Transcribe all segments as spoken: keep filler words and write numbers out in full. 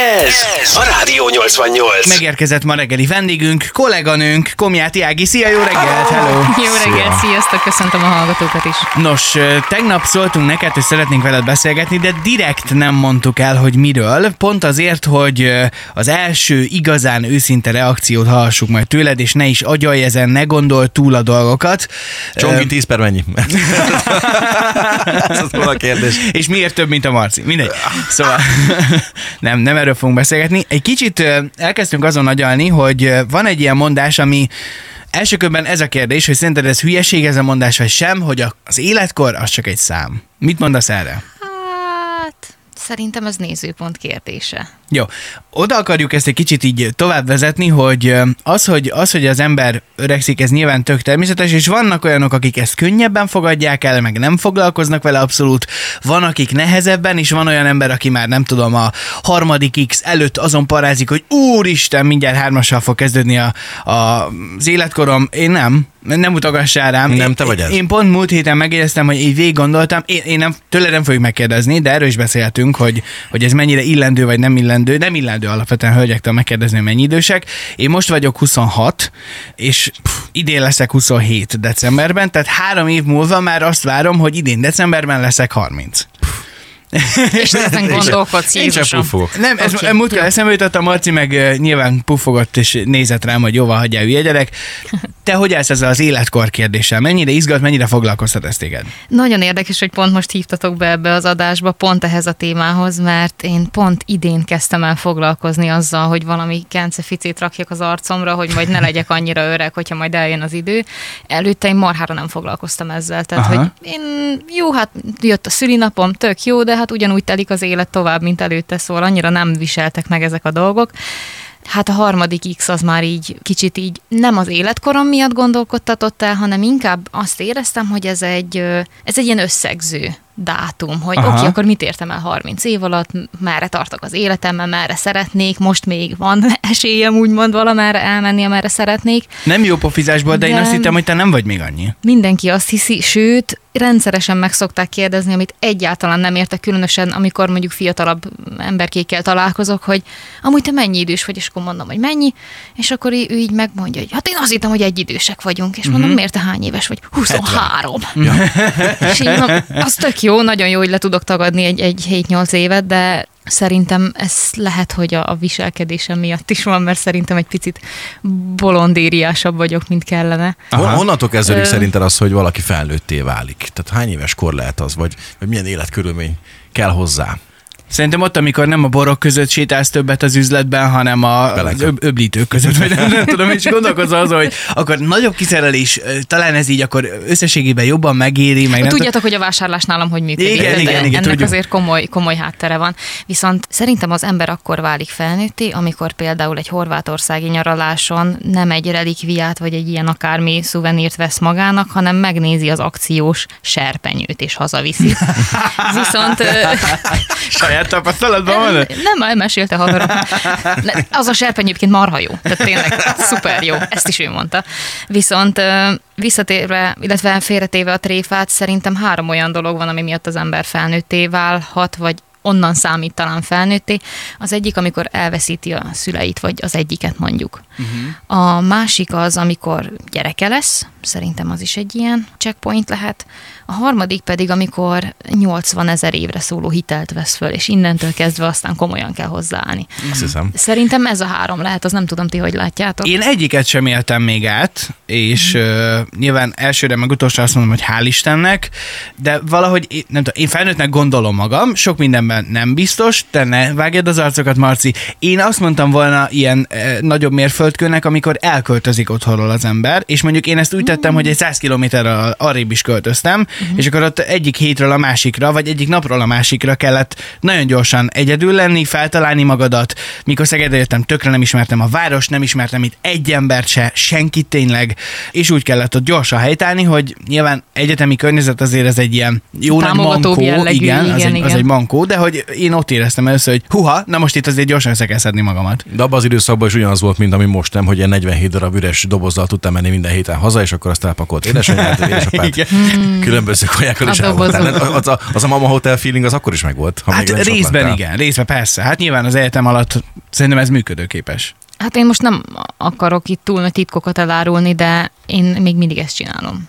Ez a Rádió nyolcvannyolc. Megérkezett ma reggeli vendégünk, kolléganőnk, Komjáti Ági. Szia, jó reggelt, hello! Jó reggelt, sziasztok, köszöntöm a hallgatókat is. Nos, tegnap szóltunk neked, hogy szeretnénk veled beszélgetni, de direkt nem mondtuk el, hogy miről. Pont azért, hogy az első igazán őszinte reakciót hallhassuk majd tőled, és ne is agyalj ezen, ne gondolj túl a dolgokat. Csongi tíz per mennyi? Ez az a kérdés. És miért több, mint a Marci? Mindegy. Szóval nem, nem erről fogunk beszélgetni. Egy kicsit elkezdtünk azon agyalni, hogy van egy ilyen mondás, ami első körben ez a kérdés, hogy szerinted ez hülyeség ez a mondás, vagy sem, hogy az életkor az csak egy szám. Mit mondasz erre? Hát, szerintem ez nézőpont kérdése. Jó, oda akarjuk ezt egy kicsit így tovább vezetni, hogy az, hogy az, hogy az ember öregszik, ez nyilván tök természetes, és vannak olyanok, akik ezt könnyebben fogadják el, meg nem foglalkoznak vele abszolút, van, akik nehezebben, és van olyan ember, aki már nem tudom, a harmadik X előtt azon parázik, hogy úristen, mindjárt hármassal fog kezdődni a, a, az életkorom. Én nem. Nem utogassál rám. Nem, te vagy ez. Én pont múlt héten megéreztem, hogy így végig gondoltam, én, én nem, tőle nem fogjuk megkérdezni, de erről is beszéltünk, hogy, hogy ez mennyire illendő, vagy nem illendő. Nem illendő alapvetően hölgyektől megkérdezni, mennyi idősek. Én most vagyok huszonhat, és pff, idén leszek huszonhét decemberben, tehát három év múlva már azt várom, hogy idén decemberben leszek harminc. És ezen gondolkodsz, Jézusom. Nem, ez okay. Múltkor eszembe jutott, a Marci meg uh, nyilván puffogott és nézett rám, hogy jóval hagyjál, hülye gyerek. Te hogy állsz ezzel az életkor kérdéssel? Mennyire izgat, mennyire foglalkoztat ezt téged? Nagyon érdekes, hogy pont most hívtatok be ebbe az adásba, pont ehhez a témához, mert én pont idén kezdtem el foglalkozni azzal, hogy valami kenceficét rakjak az arcomra, hogy majd ne legyek annyira öreg, hogyha majd eljön az idő. Előtte én marhára nem foglalkoztam ezzel. Tehát, aha, hogy én, jó, hát jött a szülinapom, tök jó, de hát ugyanúgy telik az élet tovább, mint előtte, szóval annyira nem viseltek meg ezek a dolgok. Hát a harmadik X az már így kicsit így nem az életkorom miatt gondolkodtatott el, hanem inkább azt éreztem, hogy ez egy, ez egy ilyen összegző dátum, hogy oké, okay, akkor mit értem el harminc év alatt, merre tartok az életemben, merre szeretnék, most még van esélyem úgymond valamerre elmenni, amerre szeretnék. Nem jó pofizásból, de, de én azt hittem, hogy te nem vagy még annyi. Mindenki azt hiszi, sőt, rendszeresen meg szokták kérdezni, amit egyáltalán nem értek, különösen amikor mondjuk fiatalabb emberkékkel találkozok, hogy amúgy te mennyi idős vagy, és akkor mondom, hogy mennyi, és akkor ő így megmondja, hogy hát én azt hittem, hogy egy idősek vagyunk, és mondom, uh-huh, miért te hány éves vagy? huszonhárom. Ja. És így mondom, az tök jó, nagyon jó, hogy le tudok tagadni egy, egy hét-nyolc évet, de szerintem ez lehet, hogy a, a viselkedésem miatt is van, mert szerintem egy picit bolondériásabb vagyok, mint kellene. Aha. Honnantól kezdődik Ö... szerinted az, hogy valaki felnőtté válik? Tehát hány éves kor lehet az, vagy, vagy milyen életkörülmény kell hozzá? Szerintem ott, amikor nem a borok között sétálsz többet az üzletben, hanem a öb- öblítők között, vagy nem, nem tudom, és gondolkozol azon, hogy akkor nagyobb kiszerelés, talán ez így akkor összességében jobban megéri. Meg tudjátok, tudom, hogy a vásárlás nálam hogy működik. Igen, igen, igen, ennek tudjuk. Azért komoly, komoly háttere van. Viszont szerintem az ember akkor válik felnőtté, amikor például egy horvátországi nyaraláson nem egy relikviát, vagy egy ilyen akármi szuvenírt vesz magának, hanem megnézi az akciós serpenyőt, és hazaviszi. Viszont... Saját tapasztalatban van? Nem, elmesélte haverom. Az a serpenyő egyébként marha jó. Tehát tényleg szuper jó. Ezt is ő mondta. Viszont visszatérve, illetve félretéve a tréfát, szerintem három olyan dolog van, ami miatt az ember felnőtté válhat, vagy onnan számít talán felnőtté. Az egyik, amikor elveszíti a szüleit, vagy az egyiket mondjuk. Uh-huh. A másik az, amikor gyereke lesz, szerintem az is egy ilyen checkpoint lehet. A harmadik pedig, amikor nyolcvanezer évre szóló hitelt vesz föl, és innentől kezdve aztán komolyan kell hozzáállni. Azt hiszem. Szerintem ez a három lehet, az nem tudom, ti hogy látjátok. Én egyiket sem éltem még át, és mm. uh, nyilván elsőre meg utolsó azt mondom, hogy hál' Istennek, de valahogy, nem tudom, én felnőttnek gondolom magam, sok mindenben nem biztos, te ne vágjad az arcokat, Marci. Én azt mondtam volna ilyen uh, nagyobb mérföldkőnek, amikor elköltözik otthonról az ember, és mondjuk én ezt úgy tettem, mm. hogy egy száz kilométerrel arrébb is költöztem, mm. és akkor ott egyik hétről a másikra, vagy egyik napról a másikra kellett nagyon gyorsan egyedül lenni, feltalálni magadat. Mikor Szegedre jöttem, tökre nem ismertem a várost, nem ismertem itt egy embert se, senkit tényleg, és úgy kellett ott gyorsan helytállni, hogy nyilván egyetemi környezet azért ez egy ilyen jó nagy mankó, jellegű, igen, igen, az, egy, igen. az egy mankó, de hogy valahogy én ott éreztem először, hogy huha, na most itt azért gyorsan össze kell szedni magamat. De abban az időszakban is ugyanaz volt, mint ami most, nem, hogy ilyen negyvenhét darab üres dobozzal tudtam menni minden héten haza, és akkor azt elpakolt édesanyját, édesapát, különböző kajákkal is elvoltál. Az a, az a Mama Hotel feeling az akkor is megvolt. Hát részben igen, részben persze. Hát nyilván az egyetem alatt szerintem ez működőképes. Hát én most nem akarok itt túl nagy titkokat elárulni, de én még mindig ezt csinálom.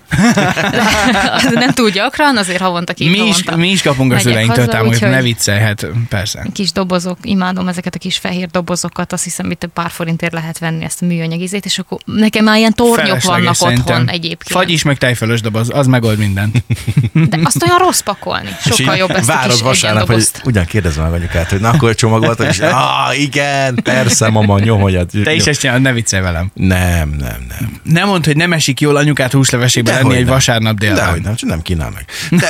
Nem túl gyakran, azért havonta két mi is, havonta. mi is kapunk a szüleinktől támogatást, ne viccelj, hát persze. Kis dobozok, imádom ezeket a kis fehér dobozokat, azt hiszem, itt pár forintért lehet venni ezt a műanyag izét, és akkor nekem már ilyen tornyok Felesleges vannak szerintem. otthon egyébként. Fagy is, meg tejfölös doboz, az megold mindent. De azt olyan rossz pakolni. Sokkal jobb ezt a kis vasárnap, hogy ugyan kérdezem meg anyukát, hogy na akkor csomagoltad, és ah, igen, persze, mama, nyomoljad. Te is ezt csinálod, ne viccelj velem. Nem, nem, nem. Nem mondd, hogy nem esik jól anyukát húslevesébe lenni egy nem. vasárnap délben. Dehogy nem, csak nem kínál meg. De,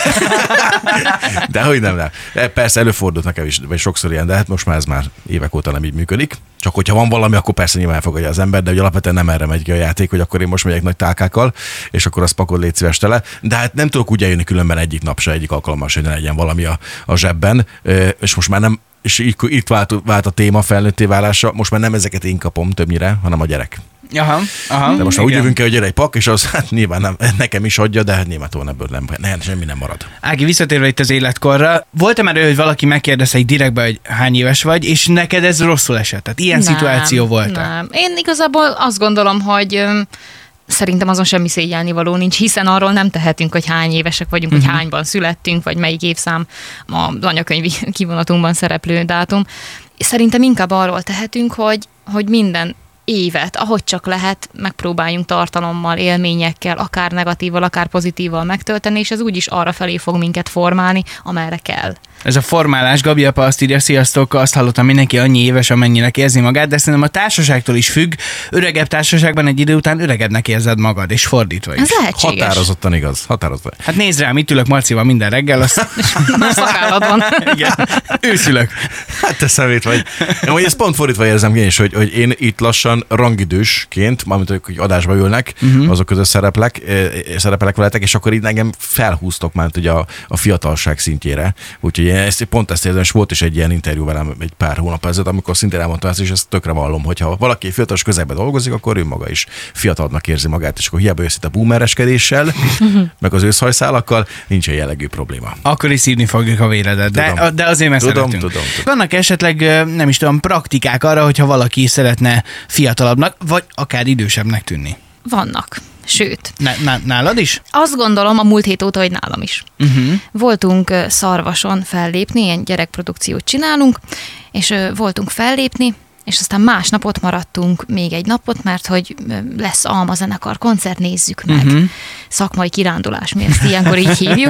dehogy nem, nem. Persze előfordult nekem is, vagy sokszor ilyen, de hát most már ez már évek óta nem így működik. Csak hogyha van valami, akkor persze nyilván elfogadja az ember, de hogy alapvetően nem erre megy ki a játék, hogy akkor én most megyek nagy tálkákkal, és akkor azt pakol légy szíves tele. De hát nem tudok úgy eljönni különben egyik nap se, egyik alkalommal se, hogy ne legyen valami a, a zsebben, és most már nem, és itt vált, vált a téma felnőtté válása, most már nem ezeket én kapom többnyire, hanem a gyerek. Aha, aha. De most már úgy jövünk el, hogy gyere egy pak, és az hát nyilván nem, nekem is adja, de hát nyilván tovább ebből nem, nem, semmi nem marad. Ági, visszatérve itt az életkorra, volt-e már ő, hogy valaki megkérdezte egy direktbe, hogy hány éves vagy, és neked ez rosszul esett? Tehát ilyen nem, szituáció volt? Nem. Én igazából azt gondolom, hogy szerintem azon semmi szégyelni való nincs, hiszen arról nem tehetünk, hogy hány évesek vagyunk, uh-huh. hogy hányban születtünk, vagy melyik évszám az anyakönyvi kivonatunkban szereplő dátum. Szerintem inkább arról tehetünk, hogy, hogy minden évet, ahogy csak lehet, megpróbáljunk tartalommal, élményekkel, akár negatívval, akár pozitívval megtölteni, és ez úgyis arra felé fog minket formálni, amerre kell. Ez a formálás, Gabi apa azt írja, sziasztok, azt hallottam, mindenki annyi éves, amennyinek érzi magát, de szerintem a társaságtól is függ, öregebb társaságban egy idő után öregebbnek érzed magad, és fordítva is. Ez lehetséges. Határozottan igaz, határozottan. Hát nézd rám, itt ülök Marcival minden reggel, azt... Már szakállad van. Igen, őszülök. Hát te szemét vagy. Én hogy ezt pont fordítva érzem én is, hogy, hogy én itt lassan rangidősként, mármint hogy adásba ülnek, uh-huh. azok között szereplek, szerepelek veletek, és akkor így engem felhúztok már ugye a, a fiatalság szintjére. Úgyhogy én ezt, pont ezt érzem, és volt is egy ilyen interjú velem egy pár hónap ezelőtt, amikor szintén elmondtam ezt, és ezt tökre vallom, hogyha valaki fiatalos közelben dolgozik, akkor ő maga is fiatalnak érzi magát, és akkor hiába jössz itt a boomereskedéssel, meg az őszhajszálakkal, nincs egy jellegű probléma. Akkor is szívni fogjuk a véredet, de, de azért meg tudom, szeretünk. tudom, tudom. Vannak esetleg, nem is tudom, praktikák arra, hogyha valaki szeretne fiatalabbnak, vagy akár idősebbnek tűnni? Vannak. Sőt. N- nálad is? Azt gondolom a múlt hét óta, hogy nálam is. Uh-huh. Voltunk Szarvason fellépni, ilyen gyerekprodukciót csinálunk, és voltunk fellépni, és aztán másnap ott maradtunk még egy napot, mert hogy lesz Alma zenekar koncert, nézzük meg. Uh-huh. Szakmai kirándulás, mi ezt ilyenkor így hívjuk.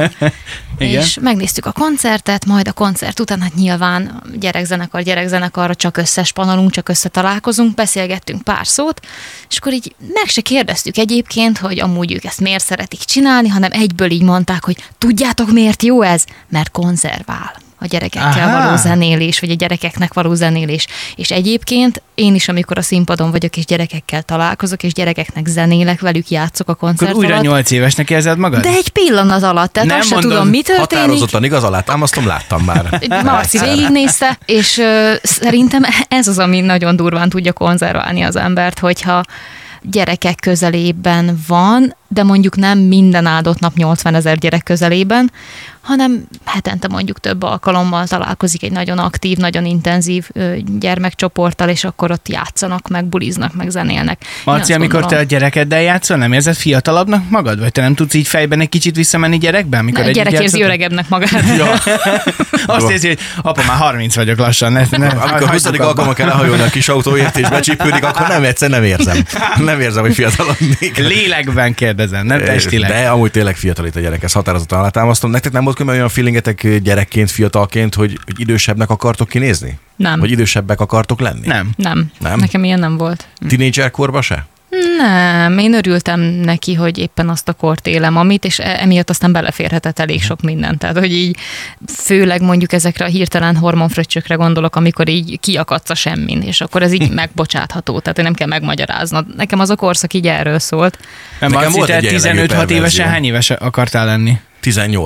És megnéztük a koncertet, majd a koncert után, hát nyilván gyerekzenekar, gyerekzenekarra csak összespanolunk, csak összetalálkozunk, beszélgettünk pár szót, és akkor így meg se kérdeztük egyébként, hogy amúgy ők ezt miért szeretik csinálni, hanem egyből így mondták, hogy tudjátok miért jó ez? Mert konzervál a gyerekekkel Aha. való zenélés, vagy a gyerekeknek való zenélés. És egyébként én is, amikor a színpadon vagyok, és gyerekekkel találkozok, és gyerekeknek zenélek, velük játszok a koncert Akkor újra alatt. nyolc évesnek érzed magad? De egy pillanat alatt, tehát Nem azt mondom, sem tudom, mi történik. Határozottan igaz, alátámasztom, láttam már. Marci végignézte, és uh, szerintem ez az, ami nagyon durván tudja konzerválni az embert, hogyha gyerekek közelében van, de mondjuk nem minden áldott nap nyolcvanezer gyerek közelében, hanem hetente mondjuk több alkalommal találkozik egy nagyon aktív, nagyon intenzív gyermekcsoporttal, és akkor ott játszanak, meg buliznak, meg zenélnek. Marci, amikor gondolom, te a gyerekeddel játszol, nem érzed fiatalabbnak magad? Vagy te nem tudsz így fejben egy kicsit visszamenni gyerekben? Amikor a gyerek érzi öregebbnek magát. Ja. Azt érzi, hogy apa, már harminc vagyok lassan. Ne, ne, amikor huszadik alkalommal kell lehajolni a kis autóért, és becsípődik, akkor nem egyszer nem érzem. Nem érzem, hogy fiatalodnék. Lélekben kérdezem, nem testileg. De amúgy tényleg fiatalít a gyerek, ezt határozottan alátámasztom. Nektek nem volt különben olyan feelingetek gyerekként, fiatalként, hogy, hogy idősebbnek akartok kinézni? Nem. Vagy idősebbek akartok lenni? Nem. Nem. Nem? Nekem ilyen nem volt. Tínédzser korban se? Nem, én örültem neki, hogy éppen azt a kort élem, amit, és emiatt aztán beleférhetett elég sok minden. Tehát, hogy így főleg mondjuk ezekre a hirtelen hormonfröccsökre gondolok, amikor így kiakadsz a semmin, és akkor ez így megbocsátható, tehát nem kell megmagyaráznod. Nekem az a korszak így erről szólt. Nem, Marci, te tizenöt-hat évesen hány éves akartál lenni? tizennyolc.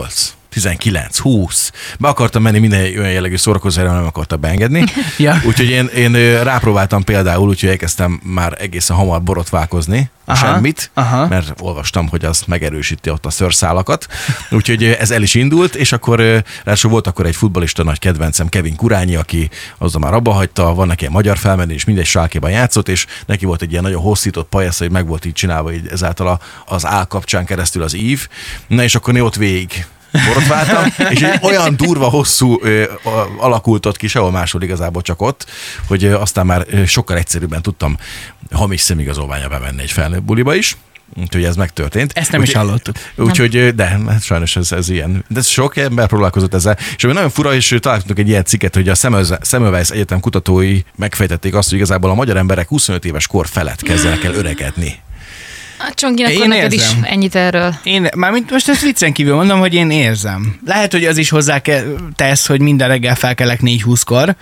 tizenkilenc, húsz. Be akartam menni minden olyan jellegű szórakozóra, nem akartam beengedni. Ja. Úgyhogy én, én rápróbáltam például, úgyhogy elkezdtem már egészen hamar borotválkozni. Aha, semmit, aha. Mert olvastam, hogy az megerősíti ott a szőrszálakat. Úgyhogy ez el is indult, és akkor ráadásul volt akkor egy futballista nagy kedvencem, Kevin Kurányi, aki azzal már abba hagyta, van neki egy magyar felmenés, mindegy Schalkéban játszott, és neki volt egy ilyen nagyon hosszított pajasz, hogy meg volt így csinálva így ezáltal az állkapcsán keresztül az ív. Na és akkor én ott végig borotváltam, és egy olyan durva, hosszú ö, alakult ott ki, sehol máshol igazából csak ott, hogy ö, aztán már ö, sokkal egyszerűbben tudtam hamis szemigazolványa bevenni egy felnőtt buliba is. Úgyhogy ez megtörtént. Ezt nem úgy, is hallottuk. Úgyhogy, de hát sajnos ez, ez ilyen. De sok ember próbálkozott ezzel. És ami nagyon fura, és találtunk egy ilyen cikket, hogy a Semmelweis Egyetem kutatói megfejtették azt, hogy igazából a magyar emberek huszonöt éves kor felett kezdenek el öregedni. A Csongin, akkor neked is ennyit erről. Én, mármint most ezt viccen kívül mondom, hogy én érzem. Lehet, hogy az is hozzá tesz, hogy minden reggel felkelek négy húszkor,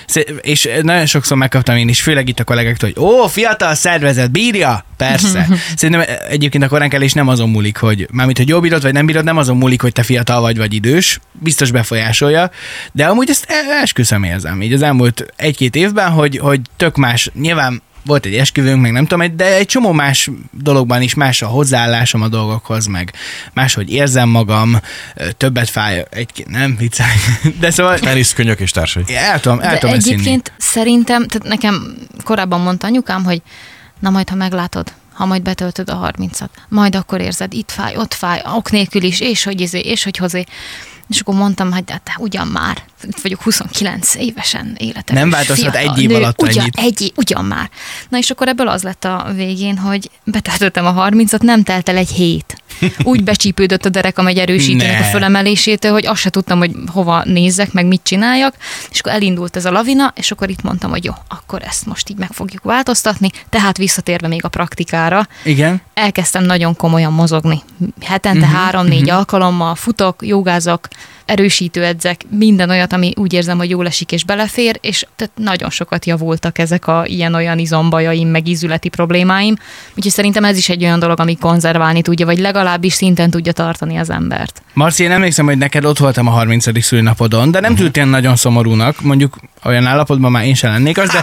és nagyon sokszor megkaptam én is, főleg itt a kollégáktól, hogy ó, fiatal szervezet, bírja? Persze. Szerintem egyébként a koránkelés nem azon múlik, hogy mármint, hogy jól bírod, vagy nem bírod, nem azon múlik, hogy te fiatal vagy, vagy idős. Biztos befolyásolja, de amúgy ezt esküszöm érzem. Így az elmúlt egy-két évben, hogy, hogy tök más, nyilván volt egy esküvőnk, meg nem tudom, de egy csomó más dologban is más a hozzáállásom a dolgokhoz, meg máshogy érzem magam, többet fáj, egy, nem viccelek, de szóval... Tenisz, könyök és társai. El tudom, el de tudom egyébként szerintem, tehát nekem korábban mondta anyukám, hogy na majd, ha meglátod, ha majd betöltöd a harmincat, majd akkor érzed, itt fáj, ott fáj, ok nélkül is, és hogy izé, és hogy hozé. És akkor mondtam, hogy hát ugyan már, itt vagyok huszonkilenc évesen életem. Nem változhat egy év alatt ugyan, ennyit. Egy, ugyan már. Na és akkor ebből az lett a végén, hogy betöltöttem a harmincat, nem telt el egy hét. Úgy becsípődött a derekam egy erősítőnek a fölemelésétől, hogy azt se tudtam, hogy hova nézzek, meg mit csináljak, és akkor elindult ez a lavina, és akkor itt mondtam, hogy jó, akkor ezt most így meg fogjuk változtatni, tehát visszatérve még a praktikára. Igen. Elkezdtem nagyon komolyan mozogni. Hetente uh-huh, három-négy uh-huh. alkalommal futok, jogázok, erősítőedzek, minden olyat, ami úgy érzem, hogy jól esik és belefér, és tehát nagyon sokat javultak ezek a ilyen-olyan izombajaim, meg ízületi problémáim. Úgyhogy szerintem ez is egy olyan dolog, ami konzerválni tudja, vagy legalábbis szinten tudja tartani az embert. Marci, én emlékszem, hogy neked ott voltam a harmincadik szülinapodon, de nem uh-huh. tűnt ilyen nagyon szomorúnak, mondjuk olyan állapotban már én sem lennék az, de,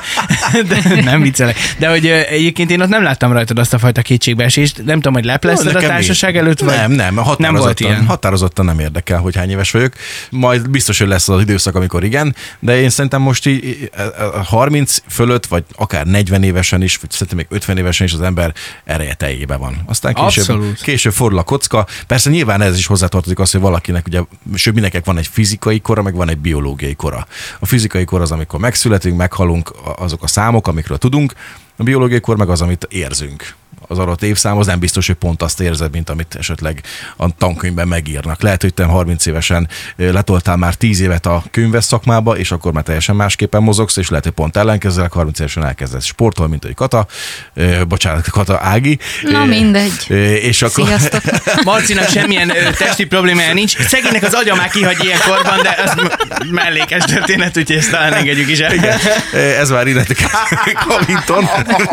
de nem viccelek. De hogy egyébként én ott nem láttam rajtad azt a fajta kétségbeesést, nem tudom, hogy leplezted a társaság előtt, vagy nem, nem, nem volt ilyen. Határozottan nem érdekel, hogy hány éves vagyok. Majd biztos, hogy lesz az időszak, amikor igen, de én szerintem most így harminc fölött, vagy akár negyven évesen is, vagy szerintem még ötven évesen is az ember ereje teljében van. Aztán később, később fordul a kocka. Persze nyilván ez is hozzátartozik az, hogy valakinek, ugye, sőt mindenkinek van egy fizikai kora, meg van egy biológiai kora. A fizikai kor az, amikor megszületünk, meghalunk, azok a számok, amikről tudunk, a biológiai kor meg az, amit érzünk. Az adott évszám, az nem biztos, hogy pont azt érzed, mint amit esetleg a tankönyvben megírnak. Lehet, hogy te harminc évesen letoltál már tíz évet a könyves szakmába, és akkor már teljesen másképpen mozogsz, és lehet, hogy pont ellenkezőleg harminc évesen elkezdesz sportolni, mint egy Kata, bocsánat, Kata Ági. Na mindegy. És akkor... Sziasztok. Marcinak semmilyen testi problémája nincs. Szegénynek az agya már kihagy ilyen korban, de ez mellékes történet, úgyhogy ezt talán engedjük is el. Igen. Ez már illetek Covington.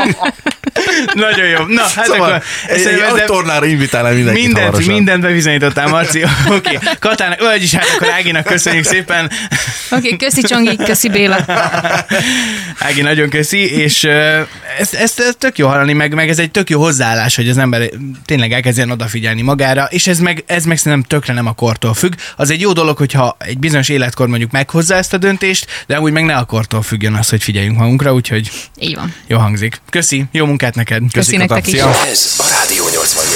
Nagyon jó. Na, hát szóval akkor... Egy, egy tornára invitálnám mindenkit mindent, hamarosan. Mindent bebizonyítottál, Marci. Oké. Okay. Katának, vagyis hát akkor Áginak köszönjük szépen. Oké, okay, köszi Csongi, köszi Béla. Ági, nagyon köszi, és ezt, ezt, ezt tök jó hallani, meg, meg ez egy tök jó hozzáállás, hogy az ember tényleg elkezdjen odafigyelni magára, és ez meg, ez meg szerintem tökre nem a kortól függ. Az egy jó dolog, hogyha egy bizonyos életkor mondjuk meghozza ezt a döntést, de úgy meg ne a kortól függjön az, hogy figyeljünk magunkra, úgyhogy így van. Jó hangzik. Köszi, jó munkát neked. Köszi nektek is. Ez a Rádió nyolcvannyolc.